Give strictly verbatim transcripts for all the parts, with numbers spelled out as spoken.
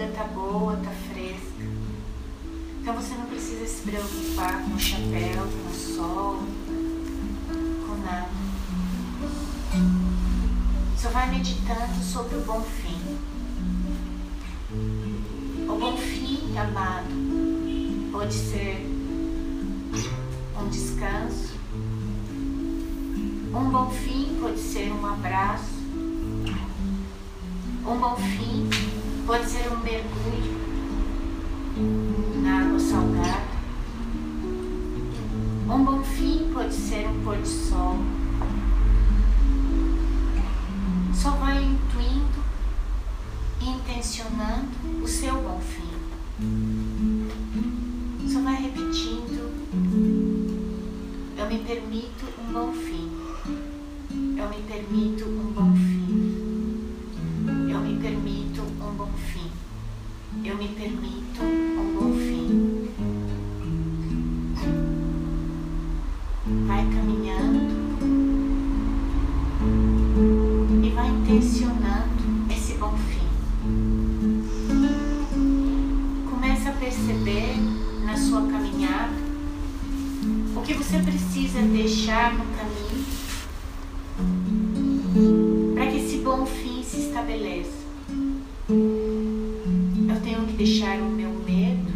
temperatura tá boa, tá fresca. Então você não precisa se preocupar com o chapéu, com o sol, com nada. Só vai meditando sobre o bom fim. O bom fim, amado, pode ser um descanso. Um bom fim pode ser um abraço. Um bom fim pode ser um mergulho na água salgada. Um bom fim pode ser um pôr do sol. Só vai intuindo e intencionando o seu bom fim. Só vai repetindo: eu me permito um bom fim. Eu me permito um bom fim. Eu me permito um bom fim. Eu me permito um bom fim. Vai caminhando e vai intencionando esse bom fim. Começa a perceber na sua caminhada o que você precisa deixar no caminho para que esse bom fim se estabeleça. Eu tenho que deixar o meu medo,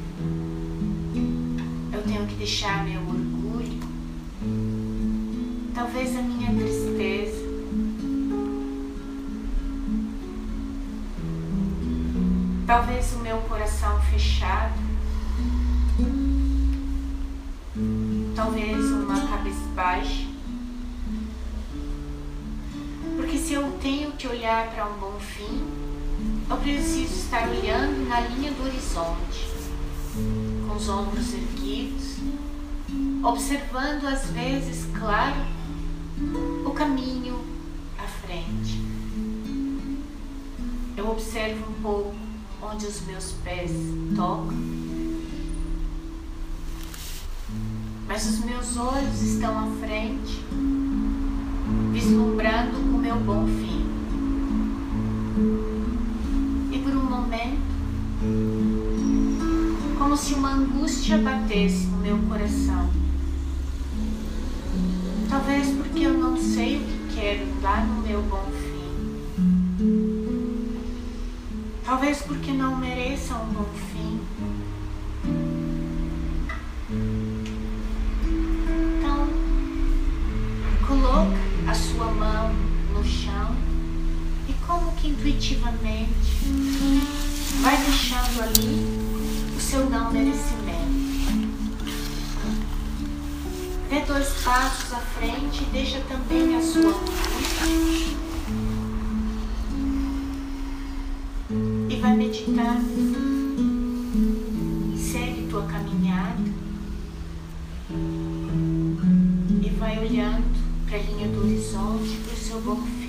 eu tenho que deixar meu orgulho, talvez a minha tristeza, talvez o meu coração fechado, talvez uma cabeça baixa. Porque se eu tenho que olhar para um bom fim, eu preciso estar olhando na linha do horizonte, com os ombros erguidos, observando às vezes, claro, o caminho à frente. Eu observo um pouco onde os meus pés tocam, mas os meus olhos estão à frente, vislumbrando o meu bom fim. E por um momento, como se uma angústia batesse no meu coração, talvez porque eu não sei o que quero lá no meu bom fim, talvez porque não mereça um bom fim. Então, coloca a sua mão no chão e, como que intuitivamente, vai deixando ali o seu não merecimento. Dê dois passos à frente e deixa também a sua angústia e vai meditando. Segue tua caminhada e vai olhando para a linha do horizonte, para o seu bom fim.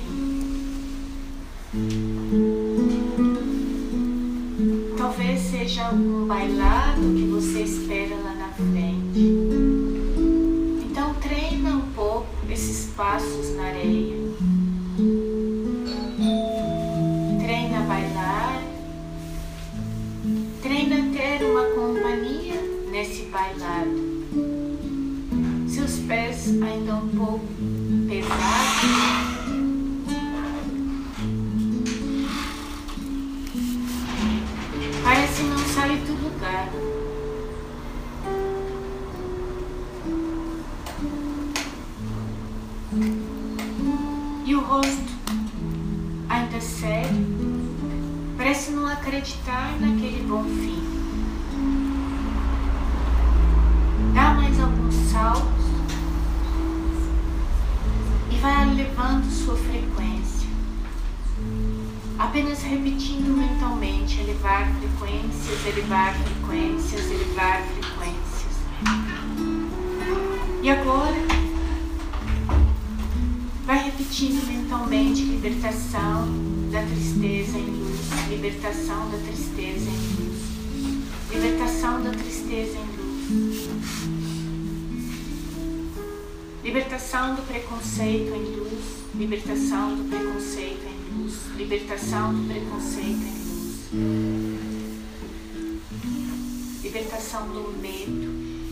Talvez seja algum bailado que você espera lá na frente. Então treina um pouco esses passos na areia. Treina a bailar. Treina a ter uma companhia nesse bailado. Seus pés ainda um pouco pesados. Parece não sair do lugar. E o rosto ainda sério, parece não acreditar naquele bom fim. Dá mais alguns saltos e vai elevando sua frequência, apenas repetindo mentalmente: elevar frequências, elevar frequências, elevar frequências. E agora vai repetindo mentalmente: libertação da tristeza em luz, libertação da tristeza em luz, libertação da tristeza em luz, libertação do preconceito em luz, libertação do preconceito em luz, libertação do preconceito em luz. Libertação do medo.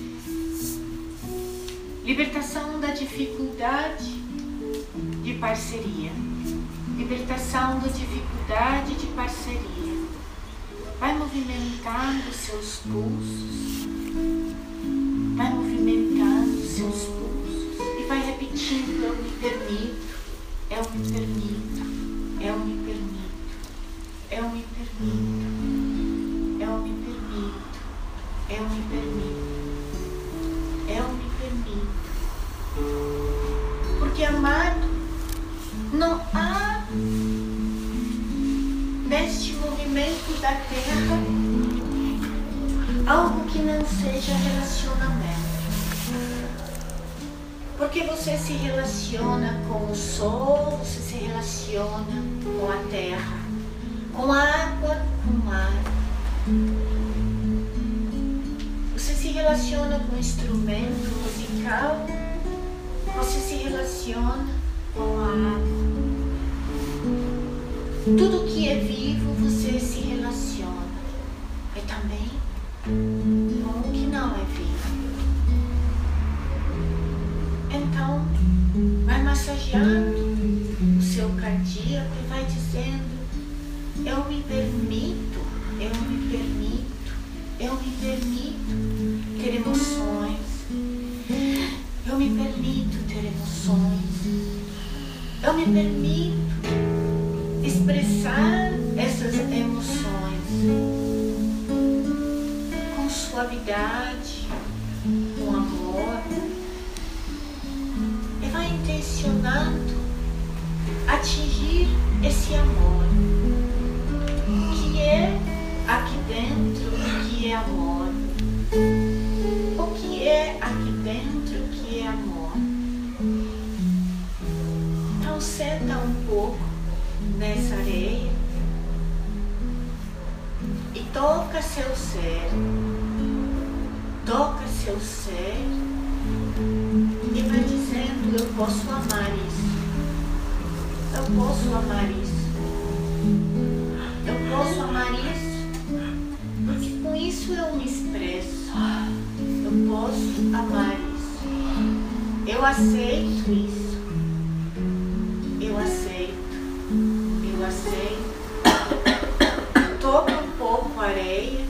Libertação da dificuldade de parceria. Libertação da dificuldade de parceria. Vai movimentando seus pulsos. Vai movimentando seus pulsos. E vai repetindo: eu me permito, eu me permito, eu me permito, eu me permito, eu me permito, eu me permito, eu me permito. Porque, amado, não há neste movimento da Terra algo que não seja relacionamento. Porque você se relaciona com o sol, você se relaciona com a terra, com a água, com o mar. Você se relaciona com o instrumento musical, você se relaciona com a água. Tudo que é vivo, você se relaciona. E também com o que não é vivo. Então, vai massageando o seu cardíaco e vai dizendo: eu me permito, eu me permito, eu me permito ter emoções. Eu me permito ter emoções. Eu me permito expressar essas emoções com suavidade, com amor. E vai intencionando atingir esse amor, que é aqui dentro, que é amor. O que é aqui dentro, que é amor. Então senta um pouco nessa areia e toca seu ser, toca seu ser e vai dizendo: eu posso amar isso, eu posso amar isso, eu posso amar isso, porque com isso eu me expresso, eu posso amar isso, eu aceito isso, eu aceito. Eu aceito. Toca um pouco a areia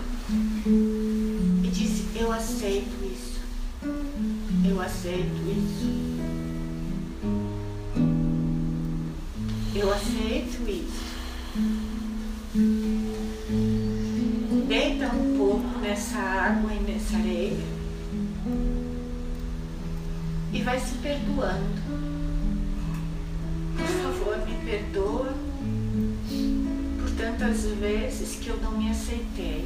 e diz: eu aceito isso. Eu aceito isso. Eu aceito isso. Deita um pouco nessa água e nessa areia e vai se perdoando. Por favor, me perdoa por tantas vezes que eu não me aceitei.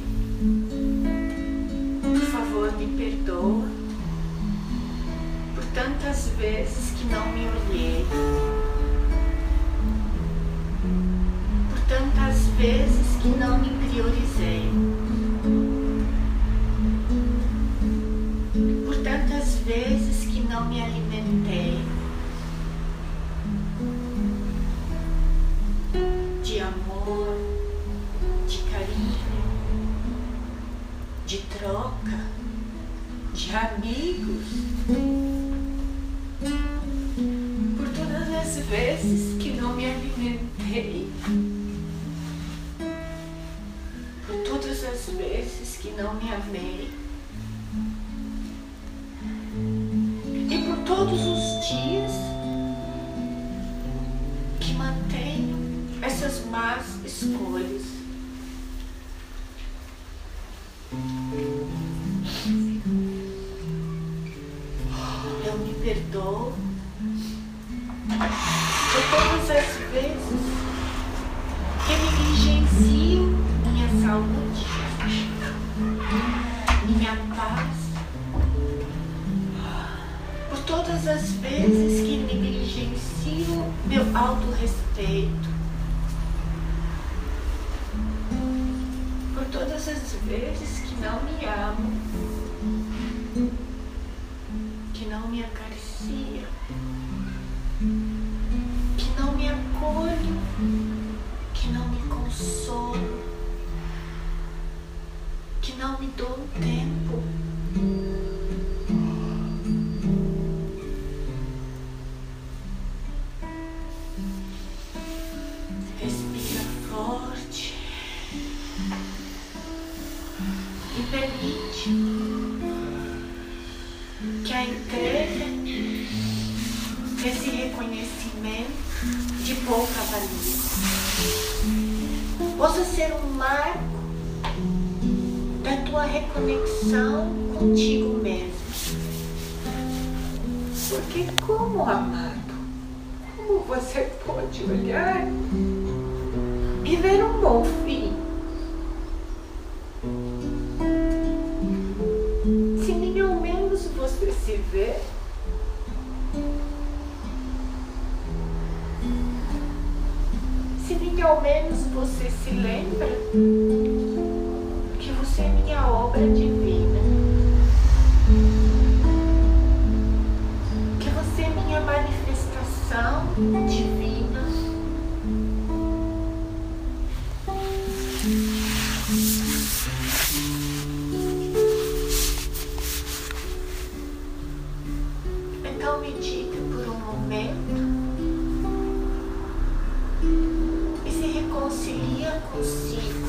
Por favor, me perdoa por tantas vezes que não me olhei. Por tantas vezes que não me priorizei. Por tantas vezes que não me alimentei. De amor, de carinho, de troca, de amigos. Por todas as vezes que não me alimentei. Por todas as vezes que não me amei. E por todos os dias que mantenho essas más escolhas. Eu me perdoo por todas as vezes que negligencio minha saúde, minha paz, por todas as vezes que negligencio meu autorrespeito, por todas as vezes que não me amo, que não me acaricia, que não me acolho, que não me consolo. esse reconhecimento de pouca valia. Possa ser um marco da tua reconexão contigo mesmo. Porque como, amado, como você pode olhar e ver um bom fim se nem ao menos você se vê? Se nem ao menos você se lembra que você é minha obra divina, que você é minha manifestação divina. Então medita por um momento e se reconcilia consigo.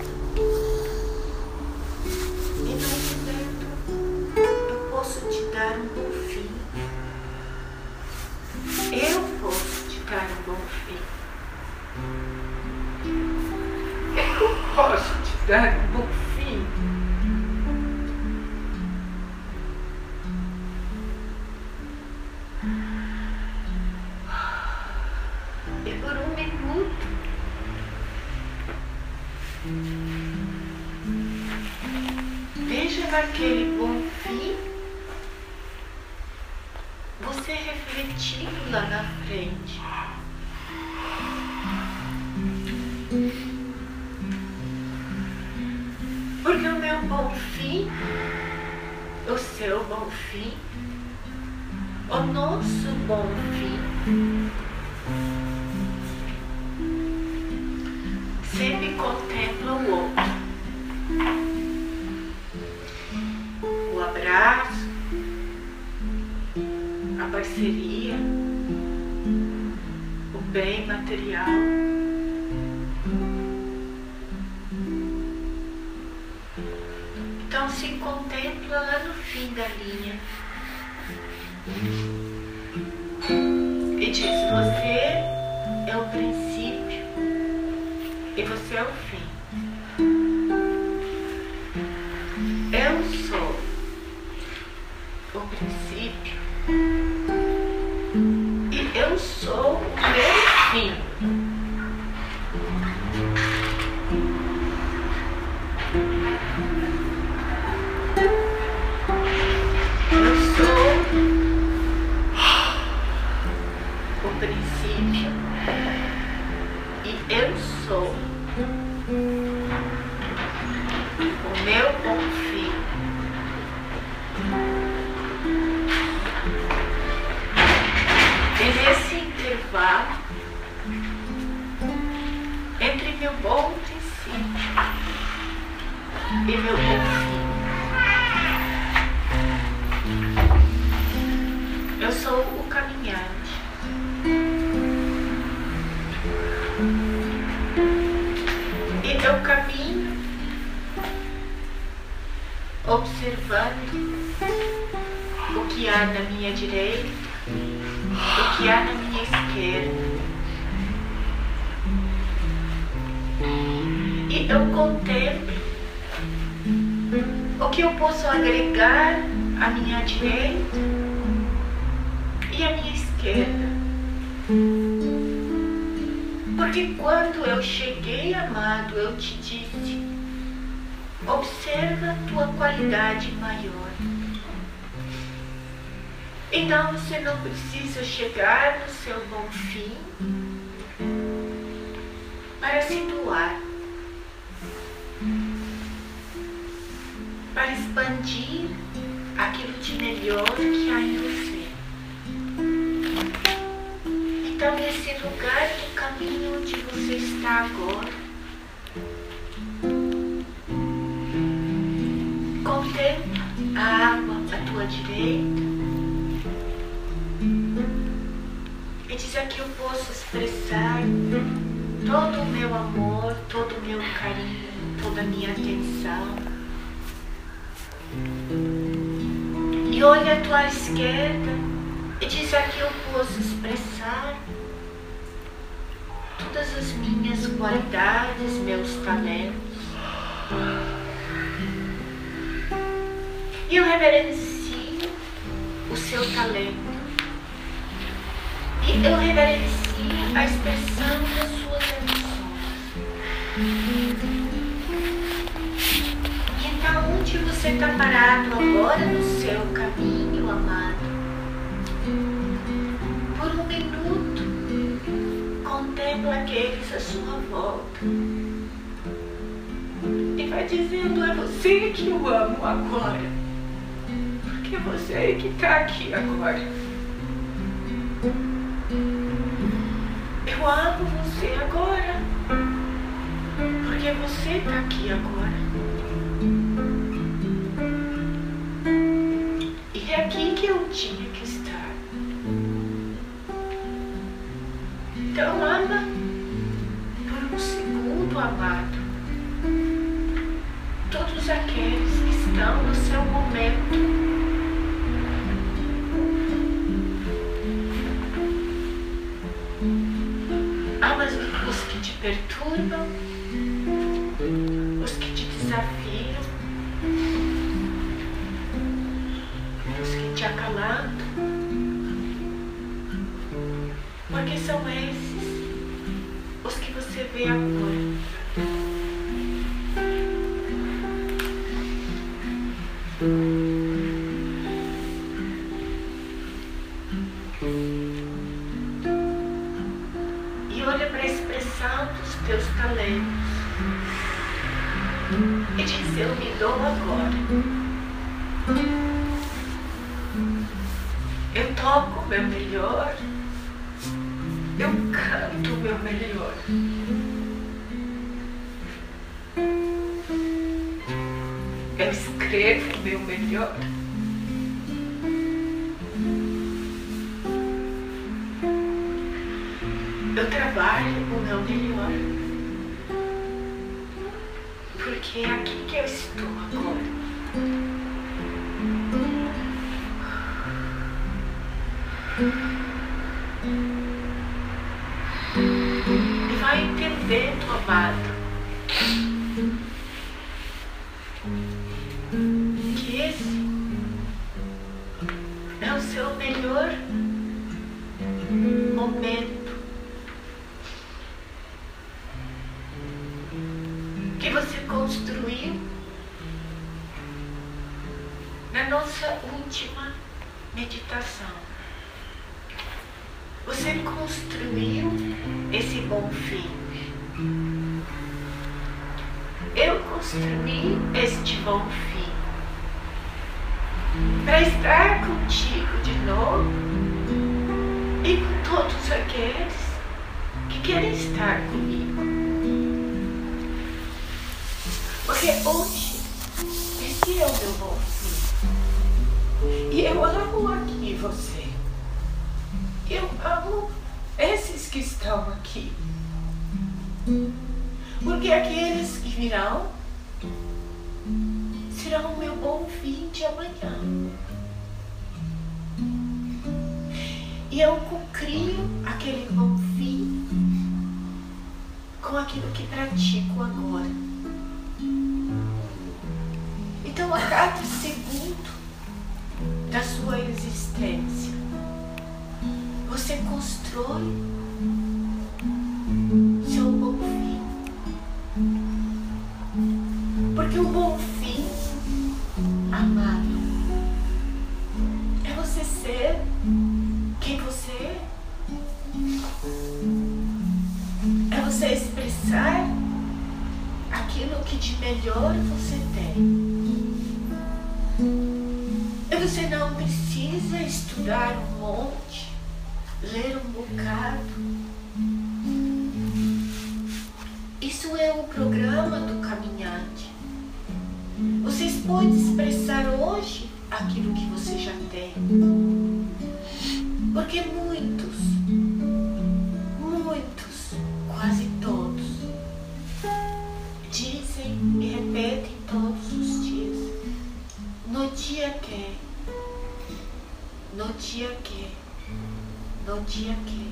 E vai dizendo: eu posso te dar um bom fim. Eu posso te dar um bom fim. Eu posso te dar um bom fim. E por um minuto, veja naquele bom fim você refletindo lá na frente. Porque o meu bom fim, o seu bom fim, o nosso bom fim sempre contempla o outro. O abraço, a parceria, o bem material. Então se contempla lá no fim da linha e diz: você é o princípio e você é o fim. Eu sou o princípio e eu sou o meu fim. Eu sou o princípio e eu sou o meu bom fim. E nesse intervalo, entre meu bom princípio e meu bom fim, eu sou o caminhante. E eu caminho observando o que há na minha direita, o que há na minha esquerda. E eu contemplo o que eu posso agregar à minha direita e à minha esquerda. Porque quando eu cheguei, amado, eu te disse: observa a tua qualidade maior. Então você não precisa chegar no seu bom fim para se doar, para expandir aquilo de melhor que há em você. Então, nesse lugar do caminho onde você está agora, contempla a água à tua direita e diz: aqui eu posso expressar todo o meu amor, todo o meu carinho, toda a minha atenção. E olha à tua esquerda E diz: aqui eu posso expressar todas as minhas qualidades, meus talentos. E eu reverencio o seu talento. E eu reverencio a expressão das suas emoções. Então, onde você está parado agora no seu caminho, amado, por um minuto, contempla aqueles à sua volta e vai dizendo: é você que eu amo agora, porque é você que está aqui agora. Eu amo você agora, porque você está aqui agora. E é aqui que eu tinha que estar. Então ama por um segundo, amado, todos aqueles que estão no seu momento. Ama os que te perturbam, os que te desafiam, os que te acalantam, porque são esses os que você vê agora. E olha para a expressão dos teus talentos e diz: eu me dou agora. Eu toco o meu melhor. Eu canto o meu melhor. Eu escrevo o meu melhor. Eu trabalho o meu melhor. Porque é aqui que eu estou agora. E vai entendendo, amado, que esse é o seu melhor momento, que você construiu na nossa última meditação. Você construiu esse bom fim. Eu construí este bom fim para estar contigo de novo e com todos aqueles que querem estar comigo. Porque hoje esse é o meu bom fim. E eu amo aqui você. Eu amo esses que estão aqui. Porque aqueles que virão serão o meu bom fim de amanhã. E eu cocrio aquele bom fim com aquilo que pratico agora. Então, a cada segundo da sua existência, você constrói seu bom fim. Porque o bom fim, amado, é você ser quem você é. É você expressar aquilo que de melhor você tem. E você não precisa estudar um monte, ler um bocado. Isso é o programa do caminhante. Vocês podem expressar hoje aquilo que você já tem. Porque muitos, muitos, quase todos, dizem e repetem todos os dias: no dia que, no dia que. no dia que.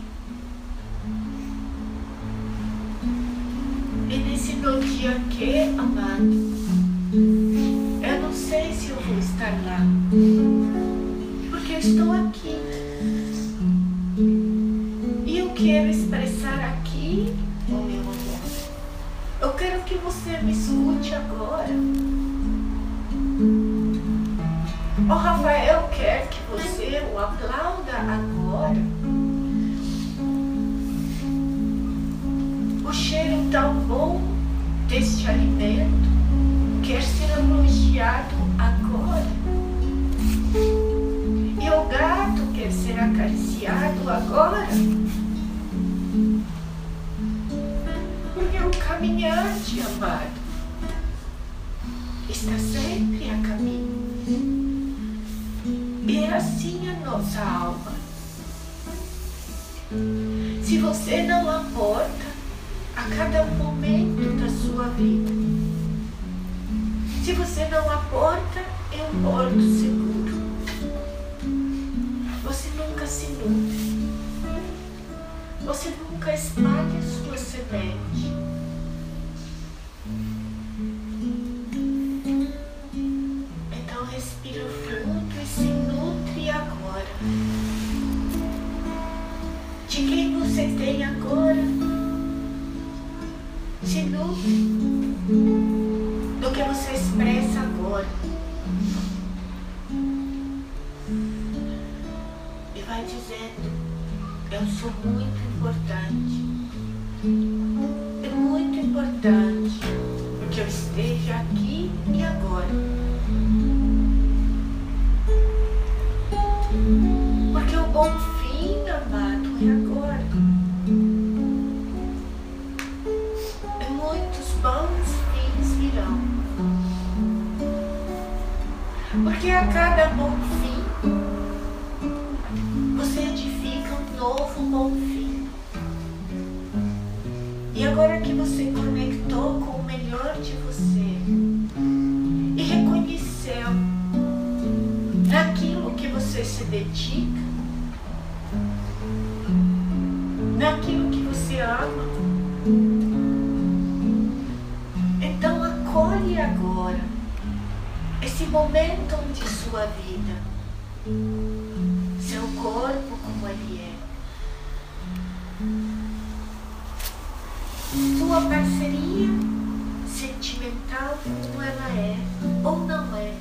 E nesse no dia que, amado, eu não sei se eu vou estar lá, porque eu estou aqui. E eu quero expressar aqui o meu amor. Eu quero que você me escute agora. O Rafael quer que você o aplauda agora. O cheiro tão bom deste alimento quer ser elogiado agora. E o gato quer ser acariciado agora. Porque o caminhante, amado, está sempre a caminho. E é assim a nossa alma. Se você não aporta a cada momento da sua vida, se você não aporta em um porto seguro, você nunca se nutre, você nunca espalha sua semente. Então respira fundo e se nutre agora. De quem você tem agora, se nutre do que você expressa agora. E vai dizendo: eu sou muito importante. É muito importante que eu esteja aqui e agora. Porque o bom fim, amado, é agora. E muitos bons fins virão. Porque a cada bom fim, você edifica um novo bom fim. E agora que você conectou com o melhor de você e reconheceu naquilo que você se dedica, naquilo que você ama, então acolhe agora esse momento de sua vida, seu corpo como ele é, sua parceria sentimental como ela é ou não é.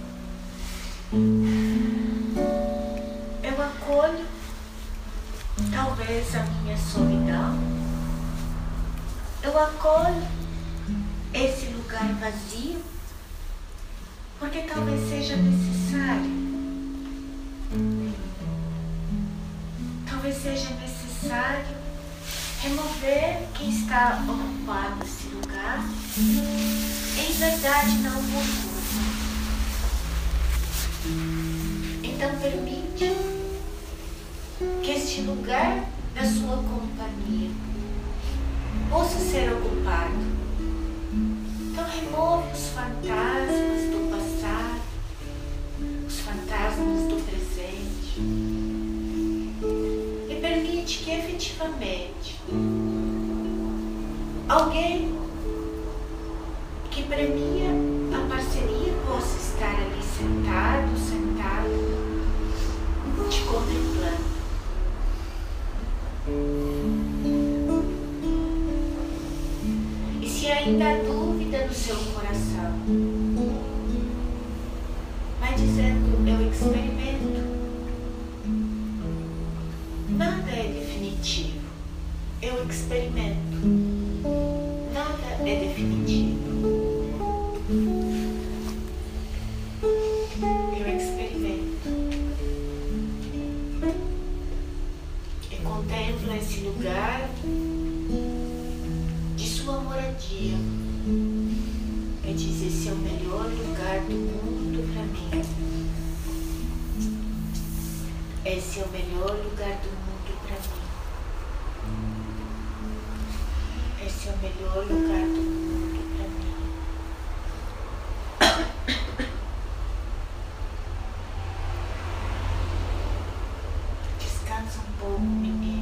Eu acolho talvez a minha solidão, eu acolho esse lugar vazio, porque talvez seja necessário, talvez seja necessário remover quem está ocupado esse lugar, em verdade não o ocupa. Então permite que este lugar da sua companhia possa ser ocupado. Então remove os fantasmas do passado, os fantasmas do presente, e permite que efetivamente alguém que premia a parceria possa estar ali sentado, sentado, te contemplando. E se ainda há dúvida no seu coração, vai dizendo: eu experimento. Nada é definitivo. Eu experimento. Nada é definitivo. Eu experimento. E contempla esse lugar de sua moradia. E diz: esse é o melhor lugar do mundo para mim. Esse é o melhor lugar do mundo para mim. Esse é o melhor lugar do mundo para mim. Descansa um pouco, menino.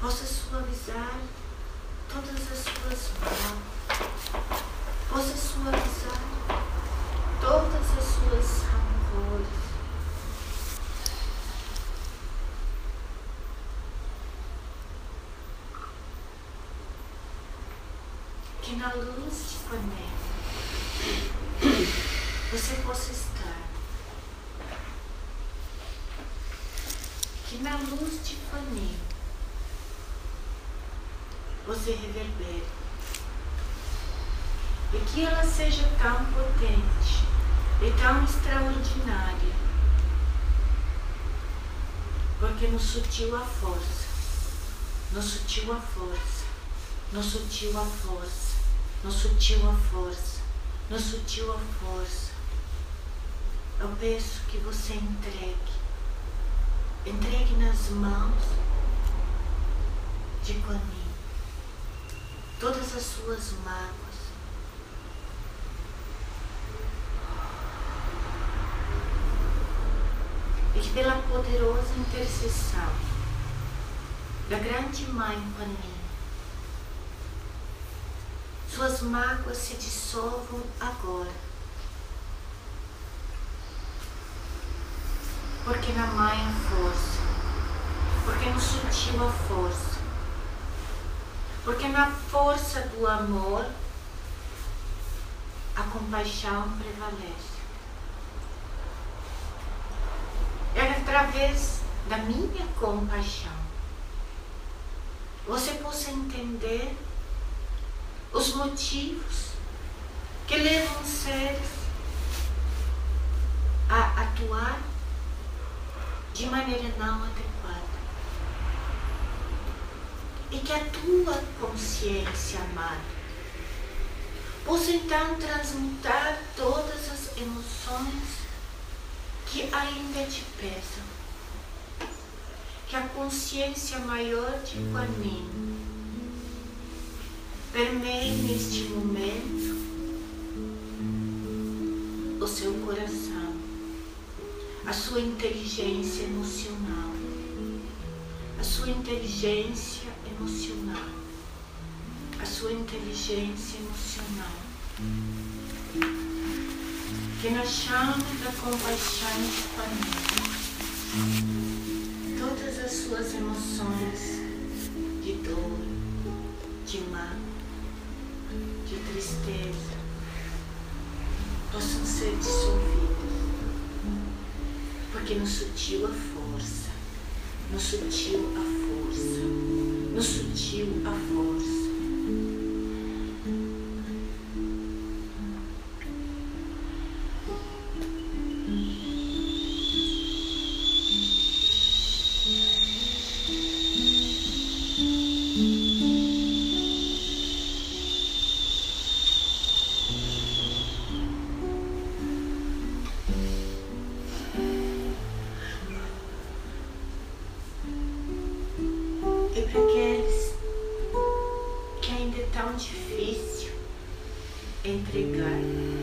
possa suavizar todas as suas mágoas, possa suavizar todas as suas rancores. Que na luz de Ipanema você possa estar. Que na luz de Ipanema você reverbere. E que ela seja tão potente e tão extraordinária, porque no sutil a força, no sutil a força, no sutil a força, no sutil a força, no sutil a força. Eu peço que você entregue, entregue nas mãos de Kuan Yin todas as suas mágoas, e que pela poderosa intercessão da grande Mãe Kuan Yin, suas mágoas se dissolvam agora, porque na Mãe a força, porque no sutil a força, porque na força do amor a compaixão prevalece. É através da minha compaixão você possa entender os motivos que levam os seres a atuar de maneira não adequada. E que a tua consciência amada possa então transmutar todas as emoções que ainda te pesam. Que a consciência maior de Kuan Yin permeie neste momento o seu coração, a sua inteligência emocional, a sua inteligência emocional, a sua inteligência emocional. Que na chama da compaixão de Kuan Yin, todas as suas emoções de dor, de mágoa, de tristeza possam ser dissolvidas, porque no sutil a força, no sutil a força, no sutil a força. E para aqueles que ainda é tão difícil entregar,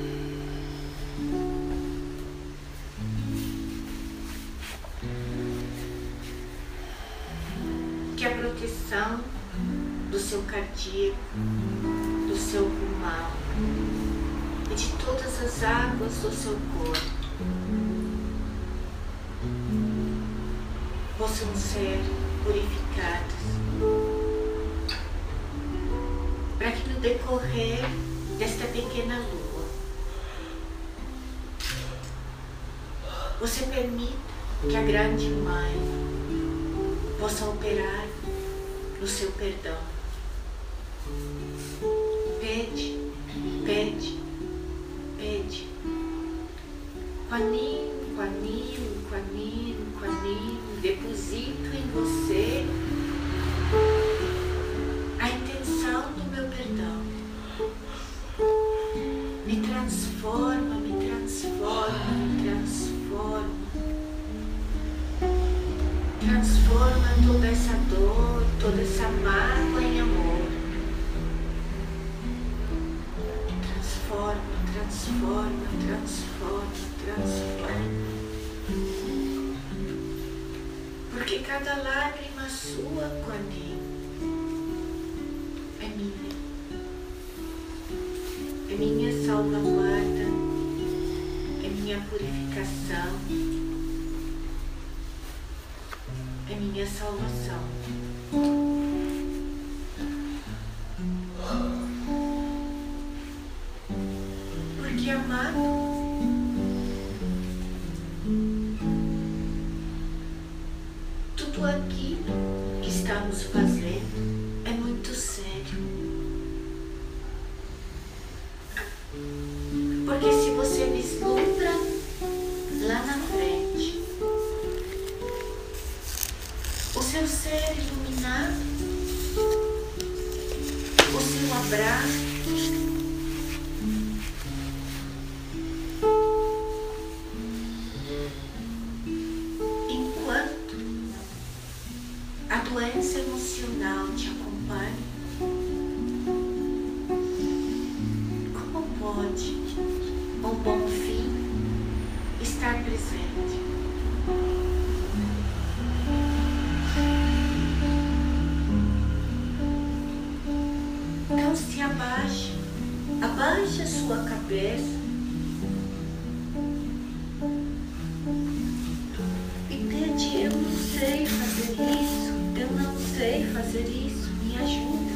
que a proteção do seu cardíaco, do seu pulmão e de todas as águas do seu corpo possam ser purificadas, para que no decorrer desta pequena lua você permita que a grande Mãe possa operar no seu perdão. Pede, pede, pede. Kuan Yin, Kuan Yin, Kuan Yin, Kuan Yin, deposito em você a intenção do meu perdão. Me transforma, me transforma, me transforma. Transforma toda essa dor, toda essa mágoa em amor. Transforma, transforma, transforma, transforma. Porque cada lágrima sua, Kuan Yin, minha salvaguarda, é minha purificação, é minha salvação. Porque, amado, tudo aquilo que estamos fazendo é muito sério. Porque se você vislumbra lá na frente o seu ser iluminado, o seu abraço, enquanto a doença emocional te acompanha, como pode o bom fim estar presente? Então se abaixe, abaixe a sua cabeça e pede: eu não sei fazer isso, eu não sei fazer isso, me ajuda.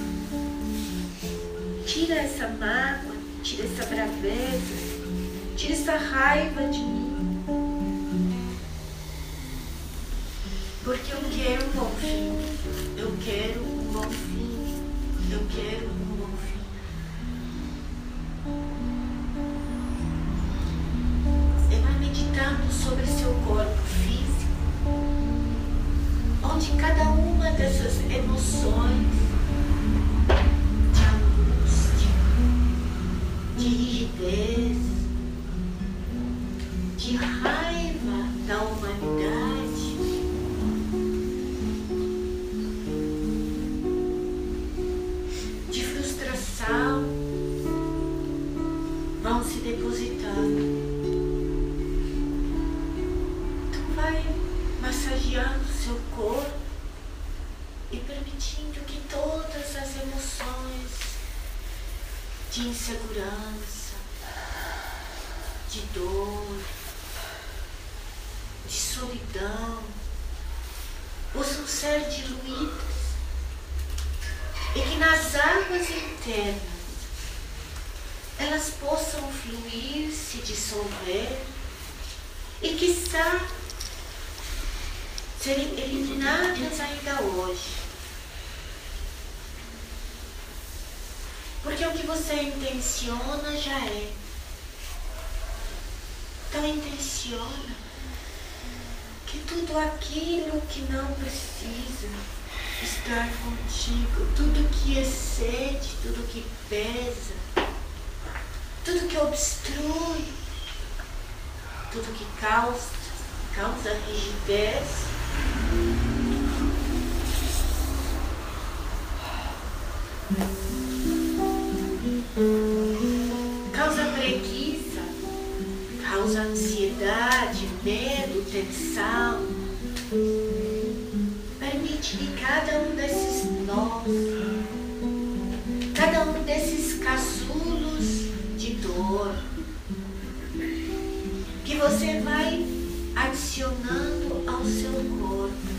Tira essa mágoa, tira essa braveza, tira essa raiva de mim. Porque eu quero um bom fim, eu quero um bom fim, eu quero um bom fim. Você vai meditando sobre seu corpo físico, onde cada uma dessas emoções de angústia, de rigidez, de raiva da humanidade, de frustração, vão se depositando. Então vai massageando seu corpo e permitindo que todas as emoções de insegurança, de dor, de solidão possam ser diluídas e que nas águas internas elas possam fluir, se dissolver e, quiçá, serem eliminadas ainda hoje. Porque o que você intenciona já é. Então intenciona que tudo aquilo que não precisa estar contigo, tudo que excede, tudo que pesa, tudo que obstrui, tudo que causa, causa rigidez, causa preguiça, causa ansiedade, medo, tensão. Permite que cada um desses nós, cada um desses casulos de dor, que você vai adicionando ao seu corpo.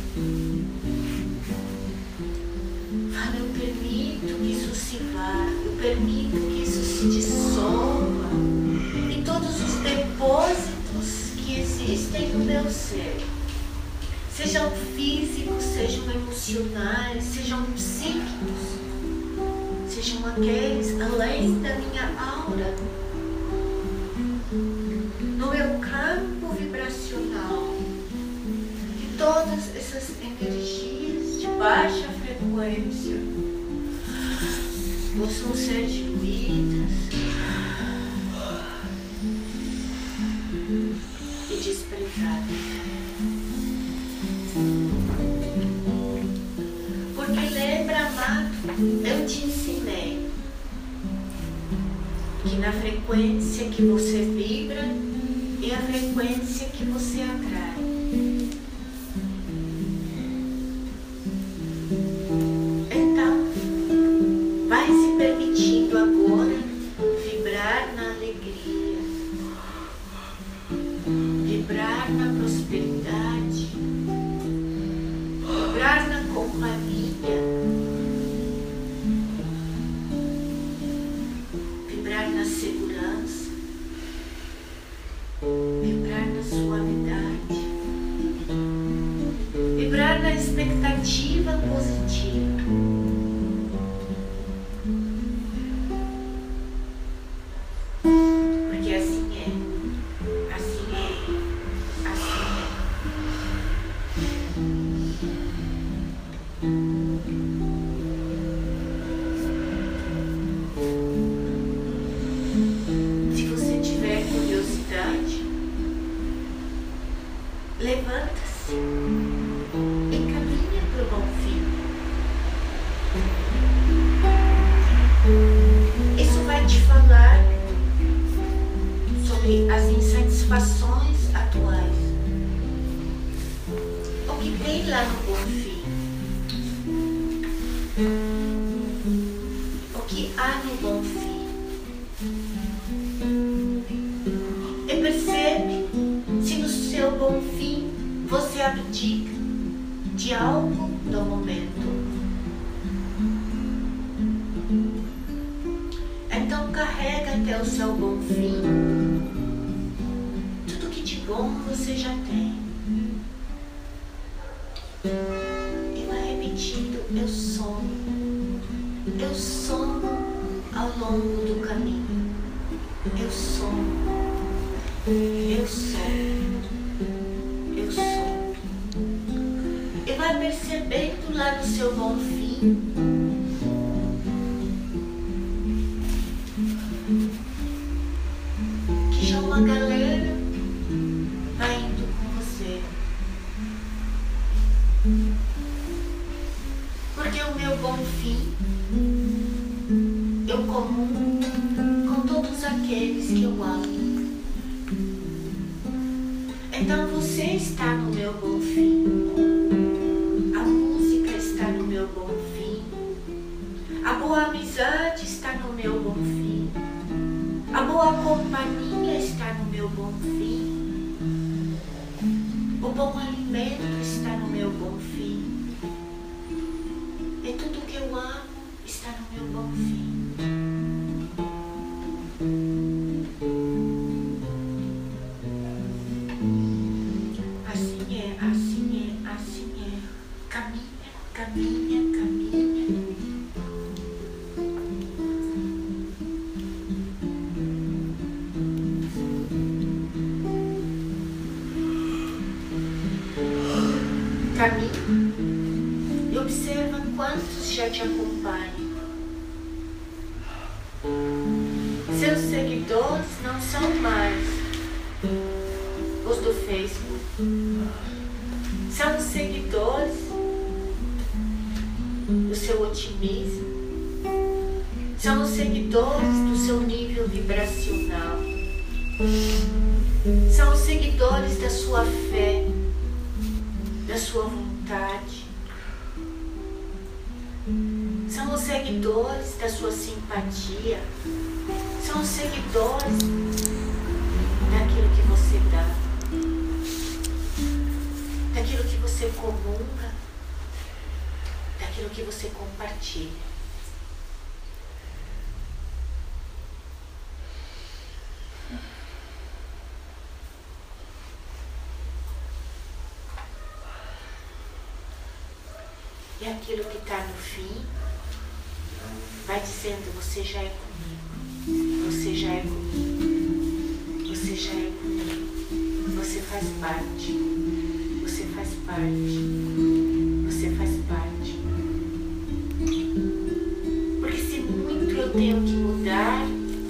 Fala: eu permito que isso se vá, eu permito que isso se dissolva em todos os depósitos que existem no meu ser. Sejam físicos, sejam emocionais, sejam psíquicos, sejam aqueles além da minha aura, no meu campo vibracional, que todas essas energias de baixa frequência possam ser diluídas e desprezadas. Porque lembra, amado, eu te ensinei que na frequência que você vibra é a frequência que você atrai. Então, vai se permitindo agora vibrar na expectativa positiva. Porque assim é, assim é, assim é. Se você tiver curiosidade, levanta-se e caminha para o bom fim. Isso vai te falar sobre as insatisfações atuais. O que tem lá no bom fim? O que há no bom fim? E percebe se no seu bom fim você abdica de algo do momento. Então carrega até o seu bom fim tudo que de bom você já tem. E vai repetindo: eu sono, eu sono ao longo do caminho. Eu sono, eu sono, eu sono. E vai percebendo lá no seu bom fim que já uma galera vai indo com você. Porque o meu bom fim eu comungo com todos aqueles que eu amo. Então você está no meu bom fim. A música está no meu bom fim. A boa amizade está no meu bom fim. A boa companhia está no meu bom fim. O bom alimento está no meu bom fim. E tudo que eu amo está no meu bom fim. Assim é, assim é, assim é. Caminha, caminha, caminha. Caminha e observa quantos já te acompanham. Seus seguidores não são mais os do Facebook. São os seguidores do seu otimismo. São os seguidores do seu nível vibracional. São os seguidores da sua fé, da sua vontade. São os seguidores da sua simpatia. São os seguidores daquilo que você dá, daquilo que você comunga, daquilo que você compartilha. E aquilo que está no fim vai dizendo: você já é comigo, você já é comigo, você já é comigo, você faz parte, você faz parte, você faz parte. Porque se muito eu tenho que mudar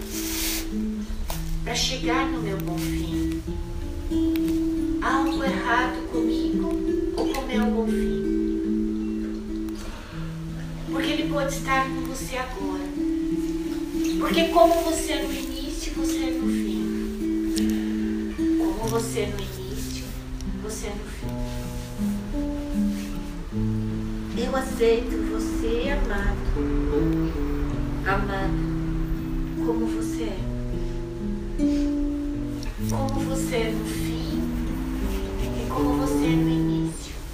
para chegar no meu bom fim, há algo errado comigo ou com o meu bom fim. Porque ele pode estar com você agora. Porque como você é no início, você é no fim. Como você é no início, você é no fim. Eu aceito você, amado. Amado, como você é. Como você é no fim e como você é no início.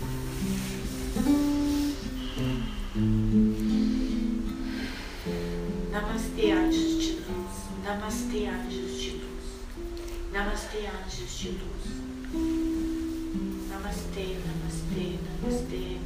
Namastê, anjos de luz. Namastê, anjos de luz. Namastê, anjos de luz. Namastê, namastê, namastê.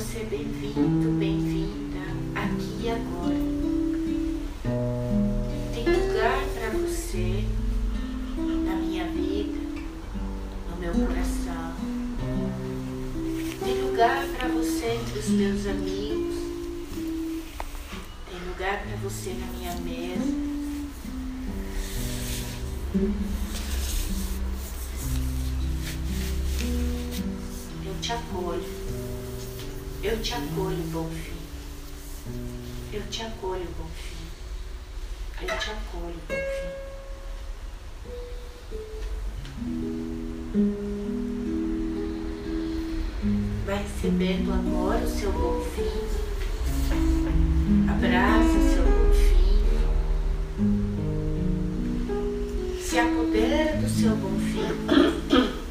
você bem-vindo, bem-vinda aqui e agora. Tem lugar para você na minha vida, no meu coração. Tem lugar para você entre os meus amigos. Tem lugar para você na minha mesa. Eu te acolho. Eu te acolho, bom filho. Eu te acolho, bom filho. Eu te acolho, bom filho. Vai recebendo agora o seu bom filho. Abraça o seu bom filho. Se apodera do seu bom filho.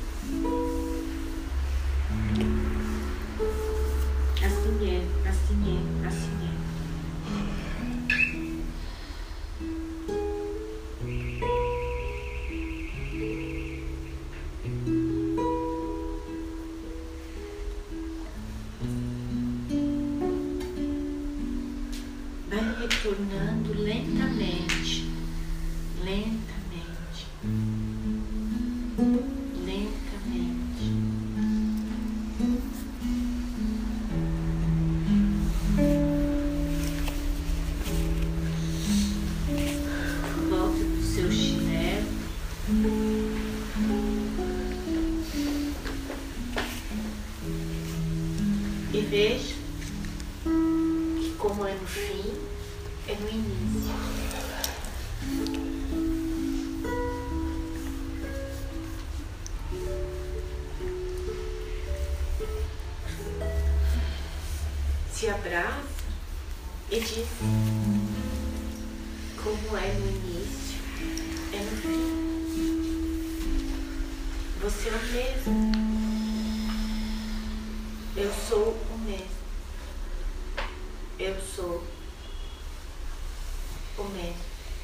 Retornando lentamente, lentamente, lentamente. Volte para o seu chinelo. E veja que, como é no fim, é no início. Se abraça e diz: como é no início, é no fim. Você é o mesmo. Eu sou o mesmo. Eu sou o mesmo.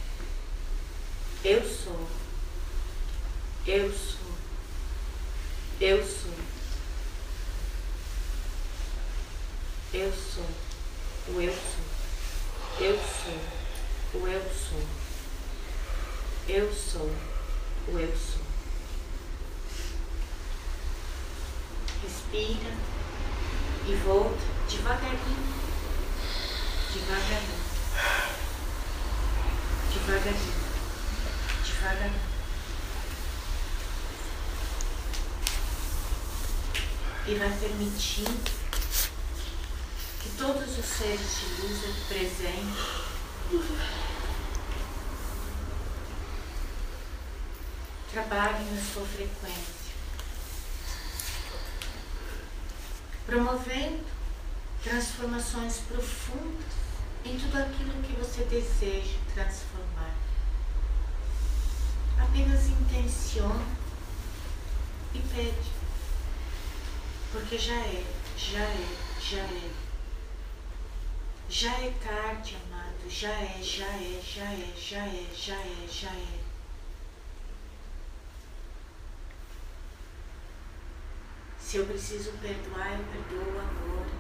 Eu sou. Eu sou. Eu sou. Eu sou. O eu sou. Eu sou. O eu sou. Eu sou. O eu sou. Respira e volta devagarinho. Devagarinho. Devagarinho, devagarinho. E vai permitindo que todos os seres de luz aqui presentes trabalhem na sua frequência, promovendo transformações profundas em tudo aquilo que você deseja transformar. Apenas intenciona e pede, porque já é, já é, já é. Já é tarde, amado, já é, já é, já é, já é, já é, já é. Se eu preciso perdoar, eu perdoo agora.